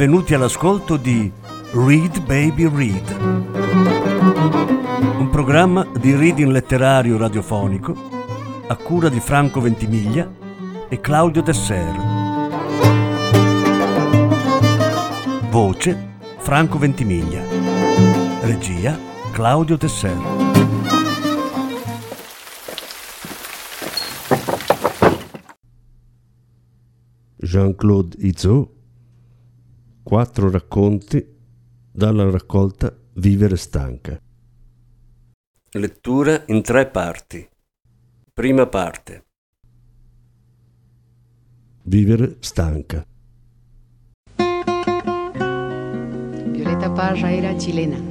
benvenuti all'ascolto di Read Baby Read, un programma di reading letterario radiofonico a cura di Franco Ventimiglia e Claudio Desser. Voce Franco Ventimiglia. Regia Claudio Desser. Jean-Claude Izzo, 4 racconti dalla raccolta Vivere stanca. Lettura in 3 parti. Prima parte. Vivere stanca. Violeta Parra era chilena.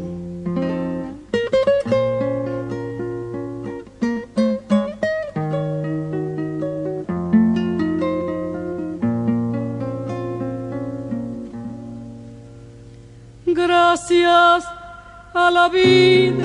Gracias a la vida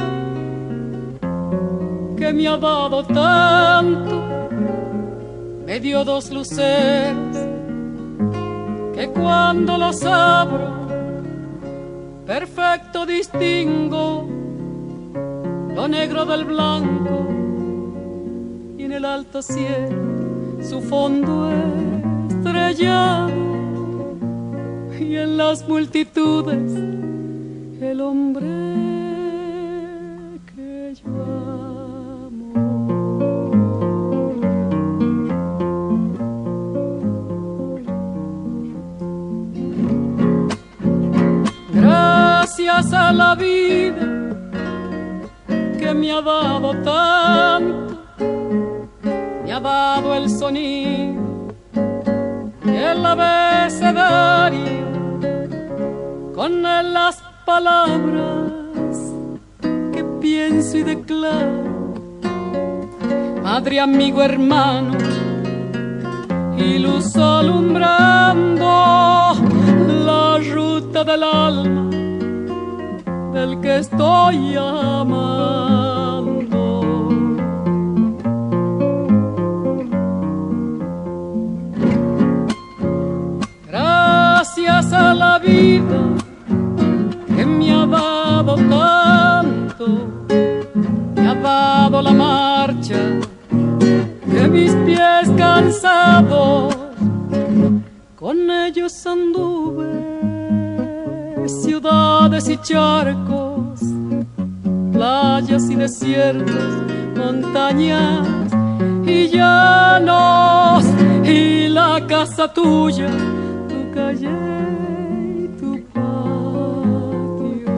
que me ha dado tanto, me dio 2 luceros que cuando los abro perfecto distingo lo negro del blanco, y en el alto cielo su fondo estrellado, y en las multitudes el hombre que yo amo. Gracias a la vida que me ha dado tanto, me ha dado el sonido y el abecedario, con él las palabras que pienso y declaro, madre, amigo, hermano, y luz alumbrando la ruta del alma del que estoy amando. Gracias a la vida que me ha dado tanto, me ha dado la marcha de mis pies cansados, con ellos anduve ciudades y charcos, playas y desiertos, montañas y llanos, y la casa tuya, tu calle y tu patio.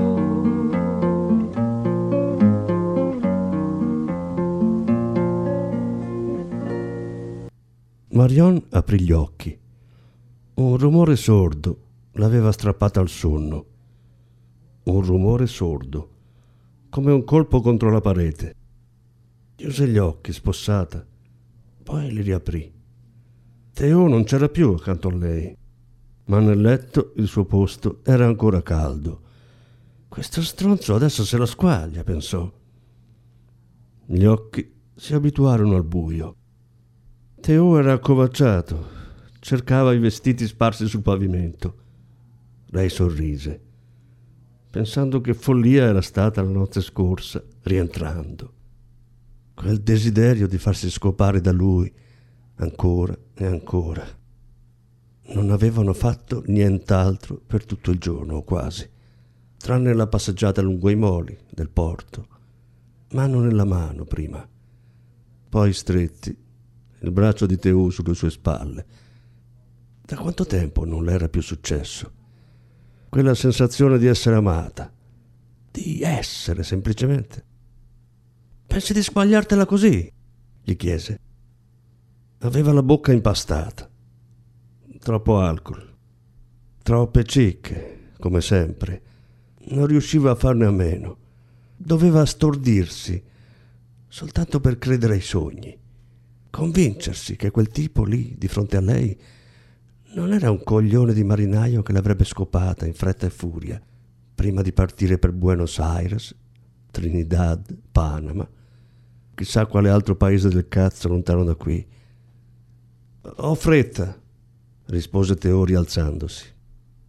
Marion aprì gli occhi. Un rumore sordo l'aveva strappata al sonno. Un rumore sordo, come un colpo contro la parete. Chiuse gli occhi, spossata, poi li riaprì. Théo non c'era più accanto a lei, ma nel letto il suo posto era ancora caldo. Questo stronzo adesso se la squaglia, pensò. Gli occhi si abituarono al buio. Théo era accovacciato, cercava i vestiti sparsi sul pavimento. Lei sorrise, pensando che follia era stata la notte scorsa, rientrando. Quel desiderio di farsi scopare da lui, ancora e ancora. Non avevano fatto nient'altro per tutto il giorno, o quasi, tranne la passeggiata lungo i moli del porto, mano nella mano prima, poi stretti, il braccio di Théo sulle sue spalle. Da quanto tempo non le era più successo? Quella sensazione di essere amata, di essere semplicemente. Pensi di squagliartela così? Gli chiese. Aveva la bocca impastata. Troppo alcol, troppe cicche, come sempre. Non riusciva a farne a meno. Doveva stordirsi, soltanto per credere ai sogni. Convincersi che quel tipo lì, di fronte a lei, non era un coglione di marinaio che l'avrebbe scopata in fretta e furia, prima di partire per Buenos Aires, Trinidad, Panama, chissà quale altro paese del cazzo lontano da qui. Ho fretta, rispose Théo rialzandosi.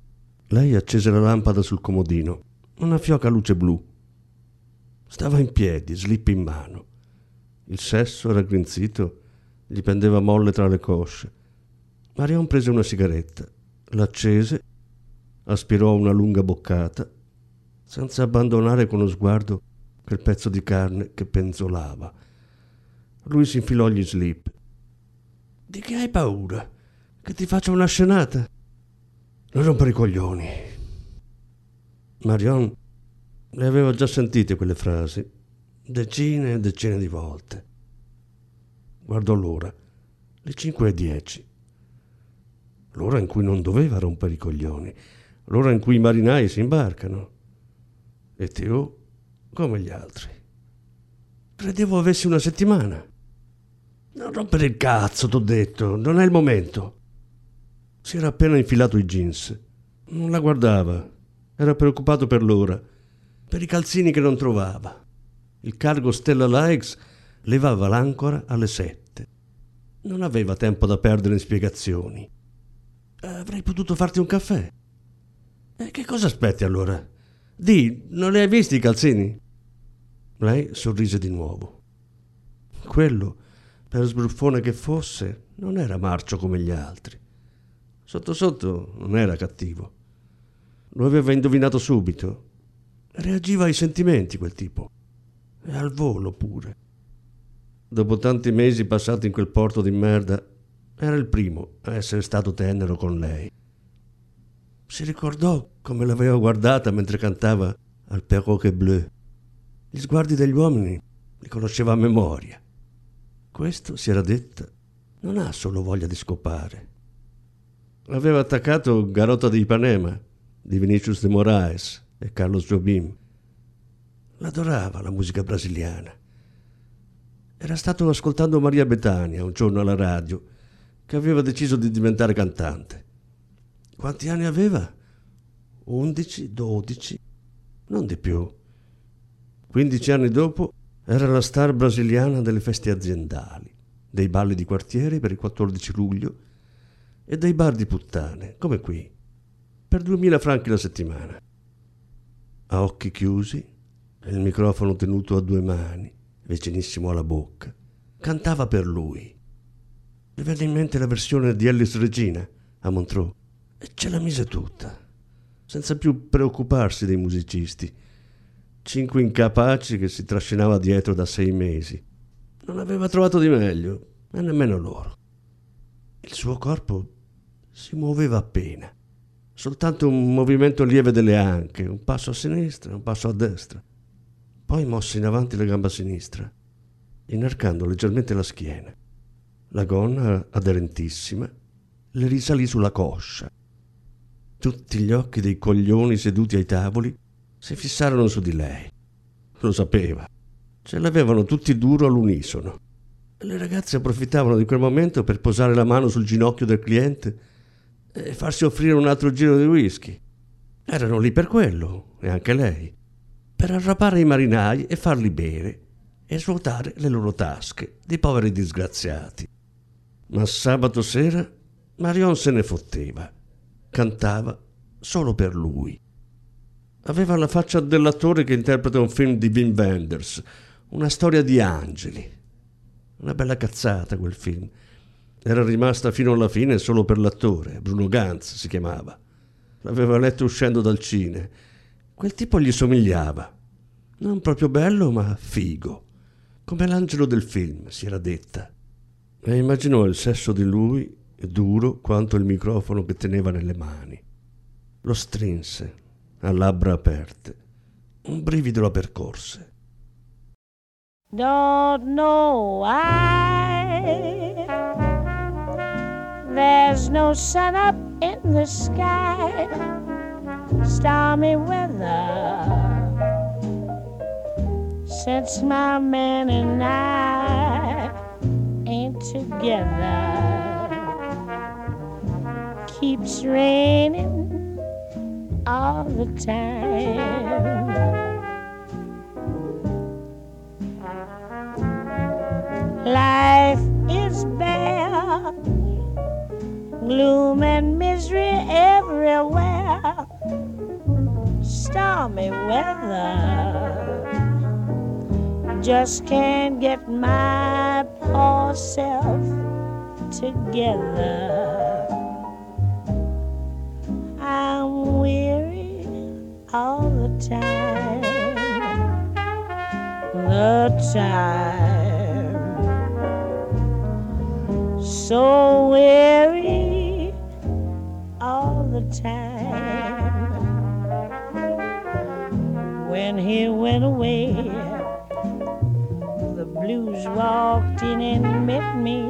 Lei accese la lampada sul comodino, una fioca luce blu. Stava in piedi, slip in mano. Il sesso, raggrinzito, gli pendeva molle tra le cosce. Marion prese una sigaretta, l'accese, aspirò una lunga boccata, senza abbandonare con lo sguardo quel pezzo di carne che penzolava. Lui si infilò gli slip. «Di che hai paura? Che ti faccia una scenata?» «Non rompere i coglioni». Marion le aveva già sentite quelle frasi, decine e decine di volte. Guardò l'ora, le 5:10. L'ora in cui non doveva rompere i coglioni, l'ora in cui i marinai si imbarcano. E Théo come gli altri. Credevo avessi una settimana. Non rompere il cazzo, t'ho detto, non è il momento. Si era appena infilato i jeans. Non la guardava. Era preoccupato per l'ora, per i calzini che non trovava. Il cargo Stella Likes levava l'ancora alle 7. Non aveva tempo da perdere in spiegazioni. Avrei potuto farti un caffè. Che cosa aspetti allora? Di, non li hai visti i calzini? Lei sorrise di nuovo. Quello, per sbruffone che fosse, non era marcio come gli altri. Sotto sotto non era cattivo. Lo aveva indovinato subito. Reagiva ai sentimenti quel tipo. E al volo pure. Dopo tanti mesi passati in quel porto di merda, era il primo a essere stato tenero con lei. Si ricordò come l'aveva guardata mentre cantava al Perroquet Bleu. Gli sguardi degli uomini li conosceva a memoria. Questo, si era detta, non ha solo voglia di scopare. Aveva attaccato Garota di Ipanema, di Vinicius de Moraes e Carlos Jobim. L'adorava la musica brasiliana. Era stato ascoltando Maria Bethania un giorno alla radio, che aveva deciso di diventare cantante. Quanti anni aveva? 11, 12, non di più. 15 anni dopo era la star brasiliana delle feste aziendali, dei balli di quartiere per il 14 luglio e dei bar di puttane, come qui, per 2000 franchi la settimana. A occhi chiusi, e il microfono tenuto a 2 mani, vicinissimo alla bocca, cantava per lui. Mi venne in mente la versione di Elis Regina a Montreux e ce la mise tutta, senza più preoccuparsi dei musicisti. 5 incapaci che si trascinava dietro da 6 mesi. Non aveva trovato di meglio, e nemmeno loro. Il suo corpo si muoveva appena, soltanto un movimento lieve delle anche, un passo a sinistra, un passo a destra. Poi mosse in avanti la gamba sinistra, inarcando leggermente la schiena. La gonna, aderentissima, le risalì sulla coscia. Tutti gli occhi dei coglioni seduti ai tavoli si fissarono su di lei. Lo sapeva. Ce l'avevano tutti duro all'unisono. Le ragazze approfittavano di quel momento per posare la mano sul ginocchio del cliente e farsi offrire un altro giro di whisky. Erano lì per quello, e anche lei, per arrapare i marinai e farli bere e svuotare le loro tasche dei poveri disgraziati. Ma sabato sera Marion se ne fotteva. Cantava solo per lui. Aveva la faccia dell'attore che interpreta un film di Wim Wenders, una storia di angeli. Una bella cazzata quel film. Era rimasta fino alla fine solo per l'attore, Bruno Ganz si chiamava. L'aveva letto uscendo dal cine. Quel tipo gli somigliava. Non proprio bello, ma figo. Come l'angelo del film, si era detta. E immaginò il sesso di lui, duro quanto il microfono che teneva nelle mani. Lo strinse, a labbra aperte. Un brivido la percorse. Don't know why there's no sun up in the sky, stormy weather since my man and I ain't together. Keeps raining all the time. Life is bare, gloom and misery everywhere. stormy weather. Just can't get my poor self together. I'm weary all the time. So weary all the time. When he went away, the blues walked in and met me.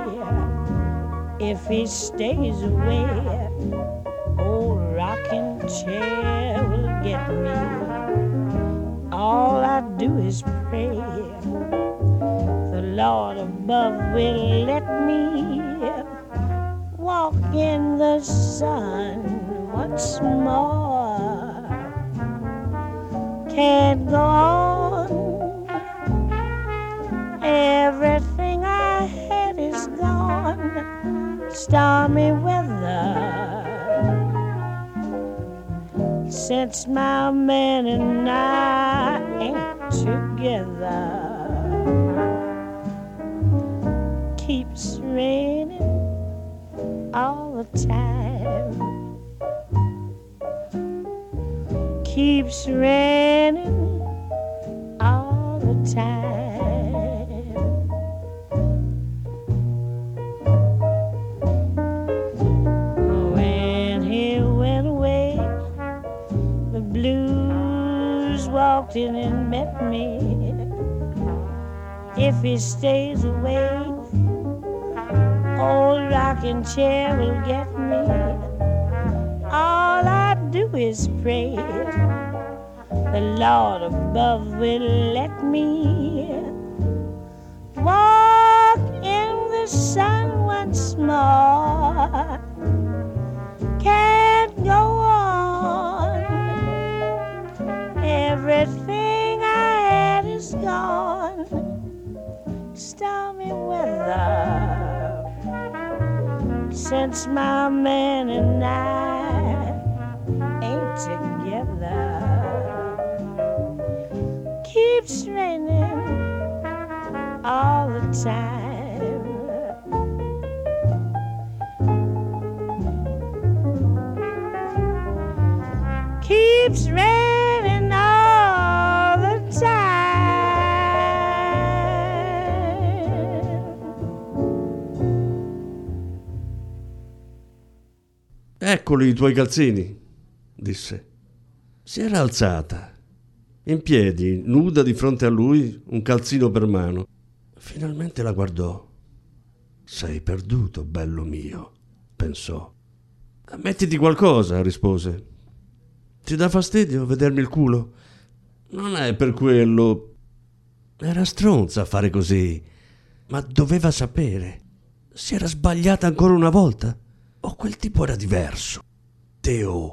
If he stays away, old rocking chair will get me. All I do is pray the Lord above will let me walk in the sun once more. Can't go on. Everything I had is gone. Stormy weather. Since my man and I ain't together. Keeps raining all the time. Keeps raining all the time. When he went away, the blues walked in and met me. If he stays away, old rocking chair will get me. All I do is pray the Lord above will let me walk in the sun once more. Can't go on. Everything I had is gone. Stormy weather. Since my man and I ain't together. Keeps raining all the time. Keeps raining all the time. Eccoli i tuoi calzini, disse. Si era alzata, in piedi, nuda di fronte a lui, un calzino per mano. Finalmente la guardò. Sei perduto, bello mio, pensò. Mettiti qualcosa, rispose. Ti dà fastidio vedermi il culo? Non è per quello. Era stronza a fare così, ma doveva sapere. Si era sbagliata ancora una volta? O quel tipo era diverso? Théo.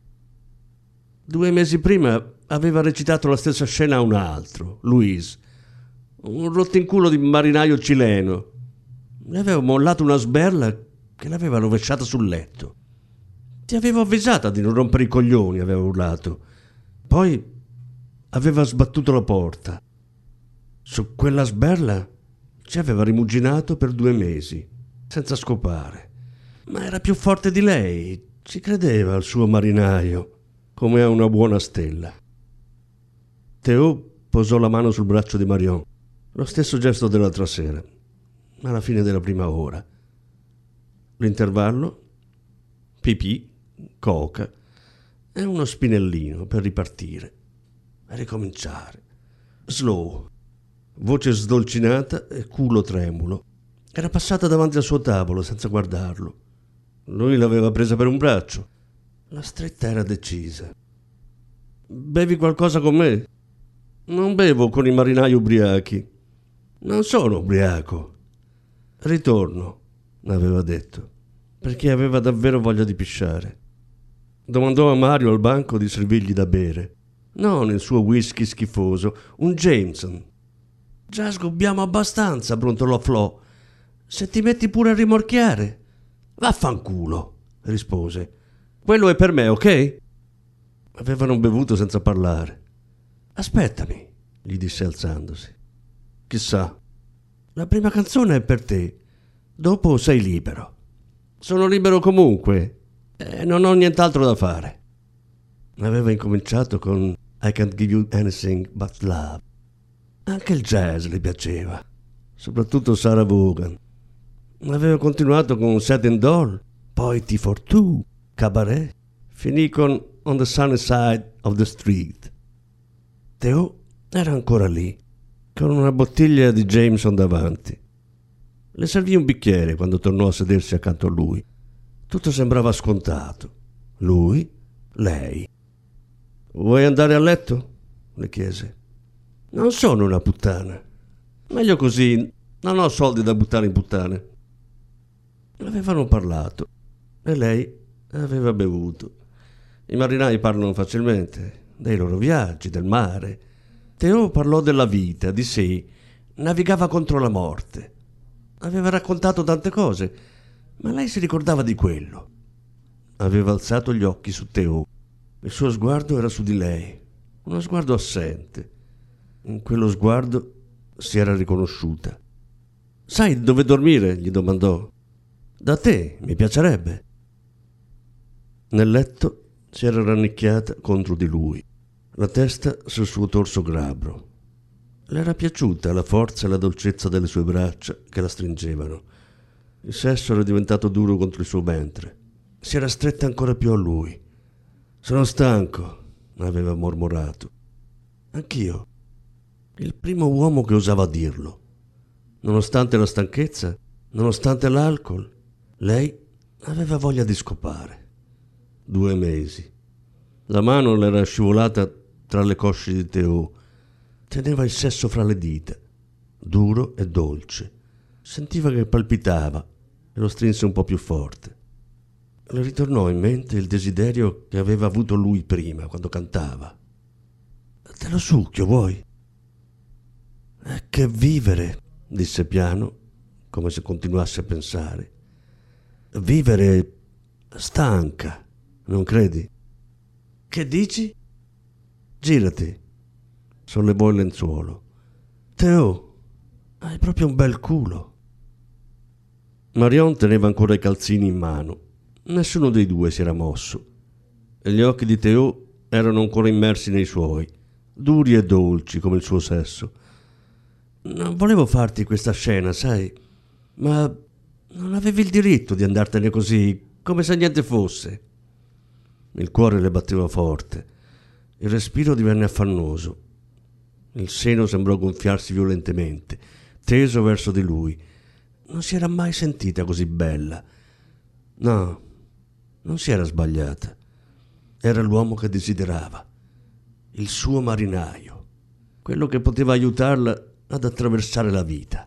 2 mesi prima aveva recitato la stessa scena a un altro, Louise, un rottinculo di marinaio cileno. Le aveva mollato una sberla che l'aveva rovesciata sul letto. Ti avevo avvisata di non rompere i coglioni, aveva urlato. Poi aveva sbattuto la porta. Su quella sberla ci aveva rimuginato per 2 mesi, senza scopare. Ma era più forte di lei, ci credeva al suo marinaio, come a una buona stella. Théo posò la mano sul braccio di Marion, lo stesso gesto dell'altra sera, alla fine della prima ora. L'intervallo, pipì, coca e uno spinellino per ripartire e ricominciare. Slow, voce sdolcinata e culo tremulo. Era passata davanti al suo tavolo senza guardarlo. Lui l'aveva presa per un braccio. La stretta era decisa. Bevi qualcosa con me? Non bevo con i marinai ubriachi. Non sono ubriaco. Ritorno, aveva detto, perché aveva davvero voglia di pisciare. Domandò a Mario al banco di servirgli da bere. Non il suo whisky schifoso, un Jameson. Già sgobbiamo abbastanza, brontolò Flo. Se ti metti pure a rimorchiare. Vaffanculo, rispose. Quello è per me, ok? Avevano bevuto senza parlare. «Aspettami», gli disse alzandosi. «Chissà, la prima canzone è per te. Dopo sei libero». «Sono libero comunque e non ho nient'altro da fare». Aveva incominciato con I Can't Give You Anything But Love. Anche il jazz le piaceva, soprattutto Sarah Vaughan. Aveva continuato con Satin Doll, poi Tea for Two, Cabaret. Finì con On the Sunny Side of the Street. Theo era ancora lì, con una bottiglia di Jameson davanti. Le servì un bicchiere quando tornò a sedersi accanto a lui. Tutto sembrava scontato. Lui, lei. «Vuoi andare a letto?» le chiese. «Non sono una puttana. Meglio così, non ho soldi da buttare in puttane». Avevano parlato e lei aveva bevuto. I marinai parlano facilmente, dei loro viaggi, del mare. Theo parlò della vita, di sé, navigava contro la morte. Aveva raccontato tante cose, ma lei si ricordava di quello. Aveva alzato gli occhi su Theo. Il suo sguardo era su di lei, uno sguardo assente. In quello sguardo si era riconosciuta. «Sai dove dormire?» gli domandò. «Da te, mi piacerebbe». Nel letto si era rannicchiata contro di lui, la testa sul suo torso glabro. Le era piaciuta la forza e la dolcezza delle sue braccia che la stringevano. Il sesso era diventato duro contro il suo ventre. Si era stretta ancora più a lui. «Sono stanco», aveva mormorato. «Anch'io». Il primo uomo che osava dirlo. Nonostante la stanchezza, nonostante l'alcol, lei aveva voglia di scopare. 2 mesi. La mano le era scivolata tra le cosce di Theo. Teneva il sesso fra le dita, duro e dolce. Sentiva che palpitava e lo strinse un po' più forte. Le ritornò in mente il desiderio che aveva avuto lui prima, quando cantava. «Te lo succhio, vuoi?» «Che vivere», disse piano, come se continuasse a pensare. «Vivere stanca, non credi?» «Che dici?» «Girati», sollevò il lenzuolo. «Theo, hai proprio un bel culo». Marion teneva ancora i calzini in mano. Nessuno dei due si era mosso. E gli occhi di Theo erano ancora immersi nei suoi, duri e dolci come il suo sesso. «Non volevo farti questa scena, sai, ma non avevi il diritto di andartene così, come se niente fosse». Il cuore le batteva forte. Il respiro divenne affannoso. Il seno sembrò gonfiarsi violentemente, teso verso di lui. Non si era mai sentita così bella. No, non si era sbagliata. Era l'uomo che desiderava, il suo marinaio, quello che poteva aiutarla ad attraversare la vita.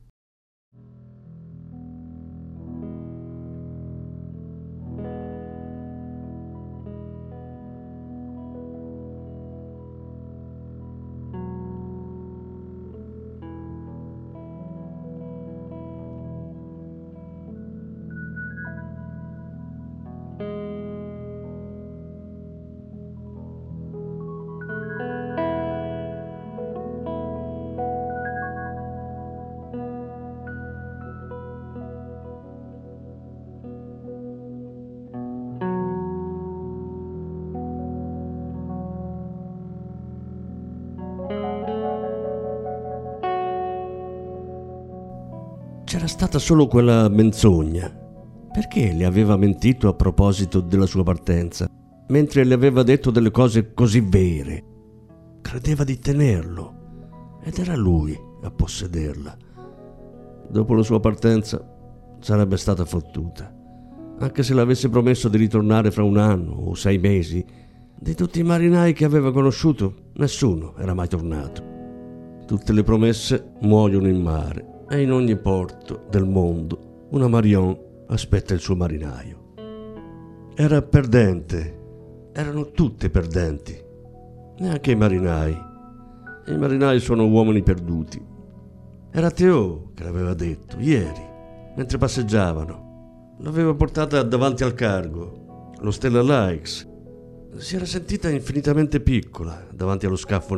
C'era stata solo quella menzogna. Perché le aveva mentito a proposito della sua partenza, mentre le aveva detto delle cose così vere? Credeva di tenerlo ed era lui a possederla. Dopo la sua partenza sarebbe stata fottuta. Anche se le avesse promesso di ritornare fra 1 anno o 6 mesi, di tutti i marinai che aveva conosciuto, nessuno era mai tornato. Tutte le promesse muoiono in mare. E in ogni porto del mondo una Marion aspetta il suo marinaio. Era perdente, erano tutte perdenti, neanche i marinai. I marinai sono uomini perduti. Era Theo che l'aveva detto ieri, mentre passeggiavano. L'aveva portata davanti al cargo, lo Stella Likes. Si era sentita infinitamente piccola davanti allo scaffo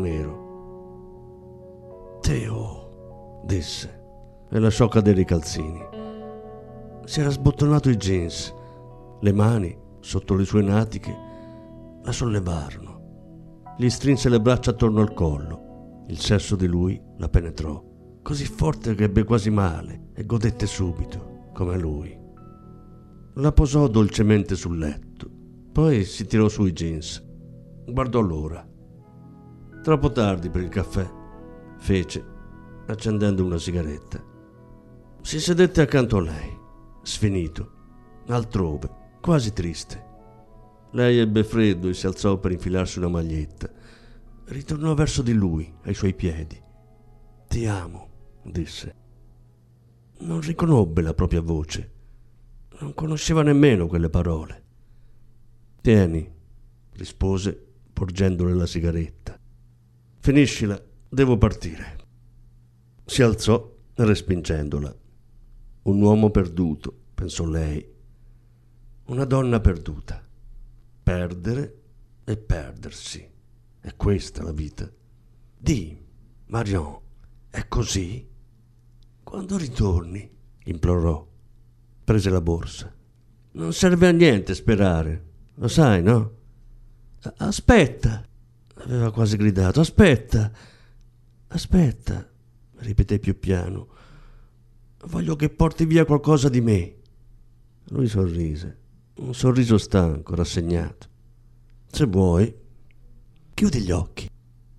nero. «Teo», disse, e lasciò cadere i calzini. Si era sbottonato i jeans. Le mani, sotto le sue natiche, la sollevarono. Gli strinse le braccia attorno al collo. Il sesso di lui la penetrò, così forte che ebbe quasi male e godette subito, come lui. La posò dolcemente sul letto, poi si tirò su i jeans. Guardò l'ora. Troppo tardi per il caffè, fece, accendendo una sigaretta. Si sedette accanto a lei, sfinito, altrove, quasi triste. Lei ebbe freddo e si alzò per infilarsi una maglietta. Ritornò verso di lui, ai suoi piedi. «Ti amo», disse. Non riconobbe la propria voce. Non conosceva nemmeno quelle parole. «Tieni», rispose, porgendole la sigaretta. «Finiscila, devo partire». Si alzò, respingendola. Un uomo perduto, pensò lei. Una donna perduta. Perdere e perdersi. È questa la vita. Di, Marion, è così? Quando ritorni? Implorò. Prese la borsa. Non serve a niente sperare. Lo sai, no? Aspetta, aveva quasi gridato. Aspetta, ripeté più piano. Voglio che porti via qualcosa di me. Lui sorrise, un sorriso stanco, rassegnato. Se vuoi, chiudi gli occhi.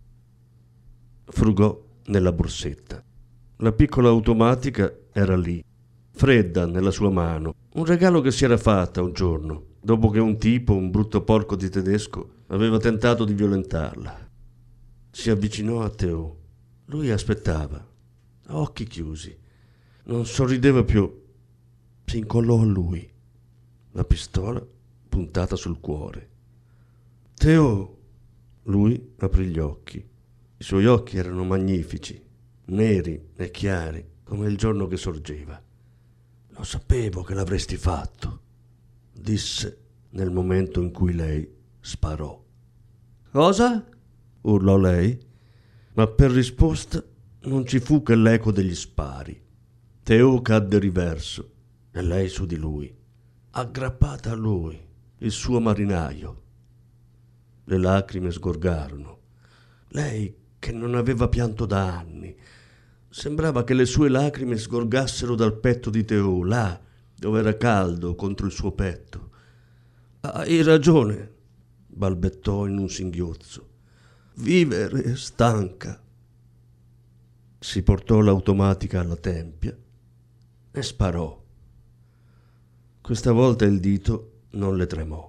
Frugò nella borsetta. La piccola automatica era lì, fredda nella sua mano, un regalo che si era fatta un giorno, dopo che un tipo, un brutto porco di tedesco, aveva tentato di violentarla. Si avvicinò a Théo. Lui aspettava, a occhi chiusi. Non sorrideva più. Si incollò a lui, la pistola puntata sul cuore. «Théo!» Lui aprì gli occhi. I suoi occhi erano magnifici, neri e chiari, come il giorno che sorgeva. «Lo sapevo che l'avresti fatto», disse nel momento in cui lei sparò. «Cosa?» urlò lei, ma per risposta non ci fu che l'eco degli spari. Théo cadde riverso e lei su di lui, aggrappata a lui, il suo marinaio. Le lacrime sgorgarono. Lei, che non aveva pianto da anni, sembrava che le sue lacrime sgorgassero dal petto di Théo, là dove era caldo contro il suo petto. «Hai ragione», balbettò in un singhiozzo. «Vivere è stanca». Si portò l'automatica alla tempia e sparò. Questa volta il dito non le tremò.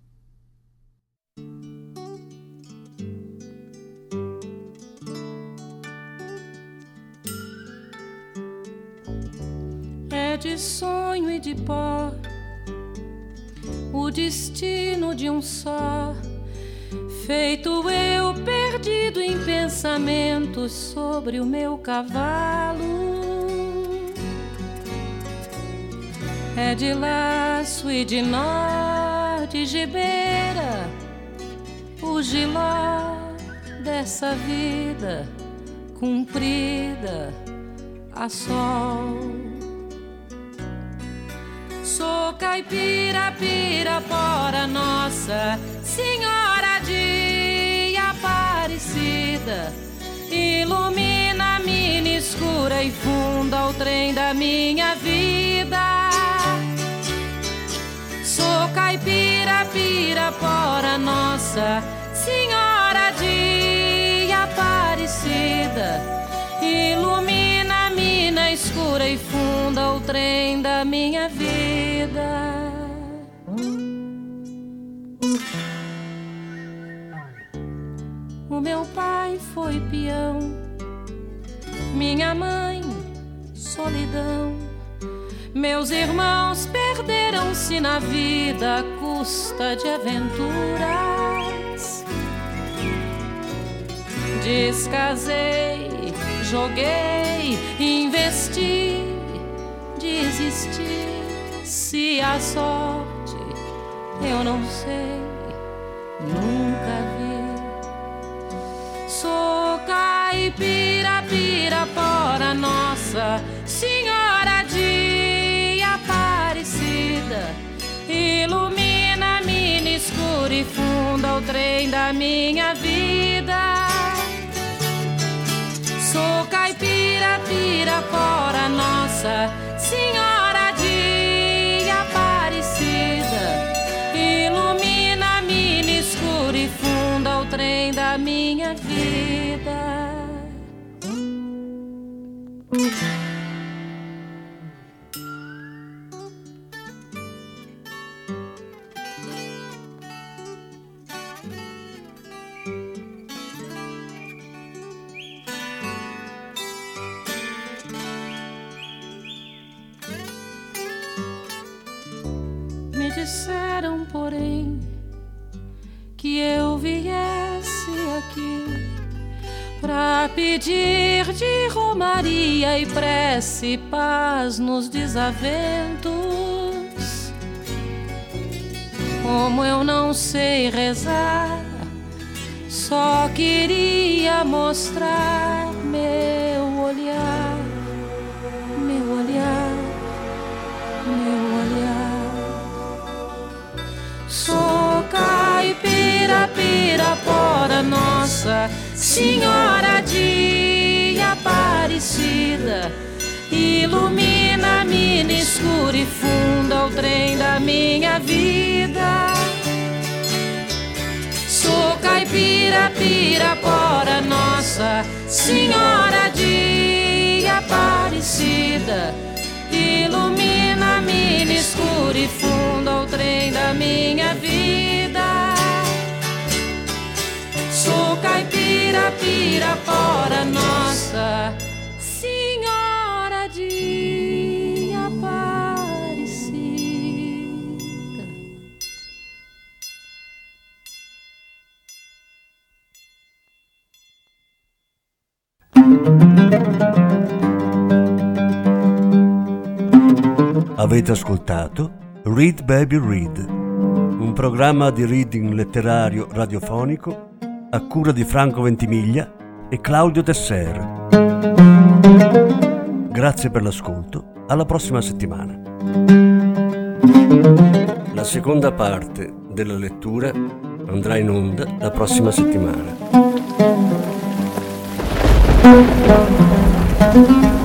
É de sonho e de pó o destino de um só, feito eu perdido em pensamentos sobre o meu cavalo. É de laço e de nó, de gibeira, o giló dessa vida cumprida a sol. Sou caipira, pirapora, Nossa Senhora de Aparecida, ilumina a mina escura e funda o trem da minha vida. Sou caipira, pirapora, Nossa Senhora de Aparecida, ilumina a mina escura e funda o trem da minha vida. O meu pai foi peão, minha mãe, solidão. Meus irmãos perderam-se na vida à custa de aventuras. Descasei, joguei, investi, desisti. Se a sorte, eu não sei. nunca vi. Sou caipira, Pirapora, Nossa Senhora de Aparecida, ilumina-me no escuro e funda o trem da minha vida. Sou caipira, Pirapora, Nossa Senhora de Aparecida, ilumina-me no escuro e funda o trem da minha vida. Me disseram, porém, que eu viesse aqui pra pedir de romaria e prece paz nos desaventos. Como eu não sei rezar, só queria mostrar meu olhar, meu olhar, meu olhar. Sou caipira, Pirapora, Nossa Senhora de Aparecida, ilumina-me no escuro e funda o trem da minha vida. Sou caipira, Pirapora, Nossa Senhora de Aparecida, ilumina-me no escuro e funda o trem da minha vida. Sou caipira, Pirapora, Nossa Senhora de Aparecida. Avete ascoltato Read Baby Read, un programma di reading letterario radiofonico a cura di Franco Ventimiglia e Claudio Tesser. Grazie per l'ascolto, alla prossima settimana. La seconda parte della lettura andrà in onda la prossima settimana.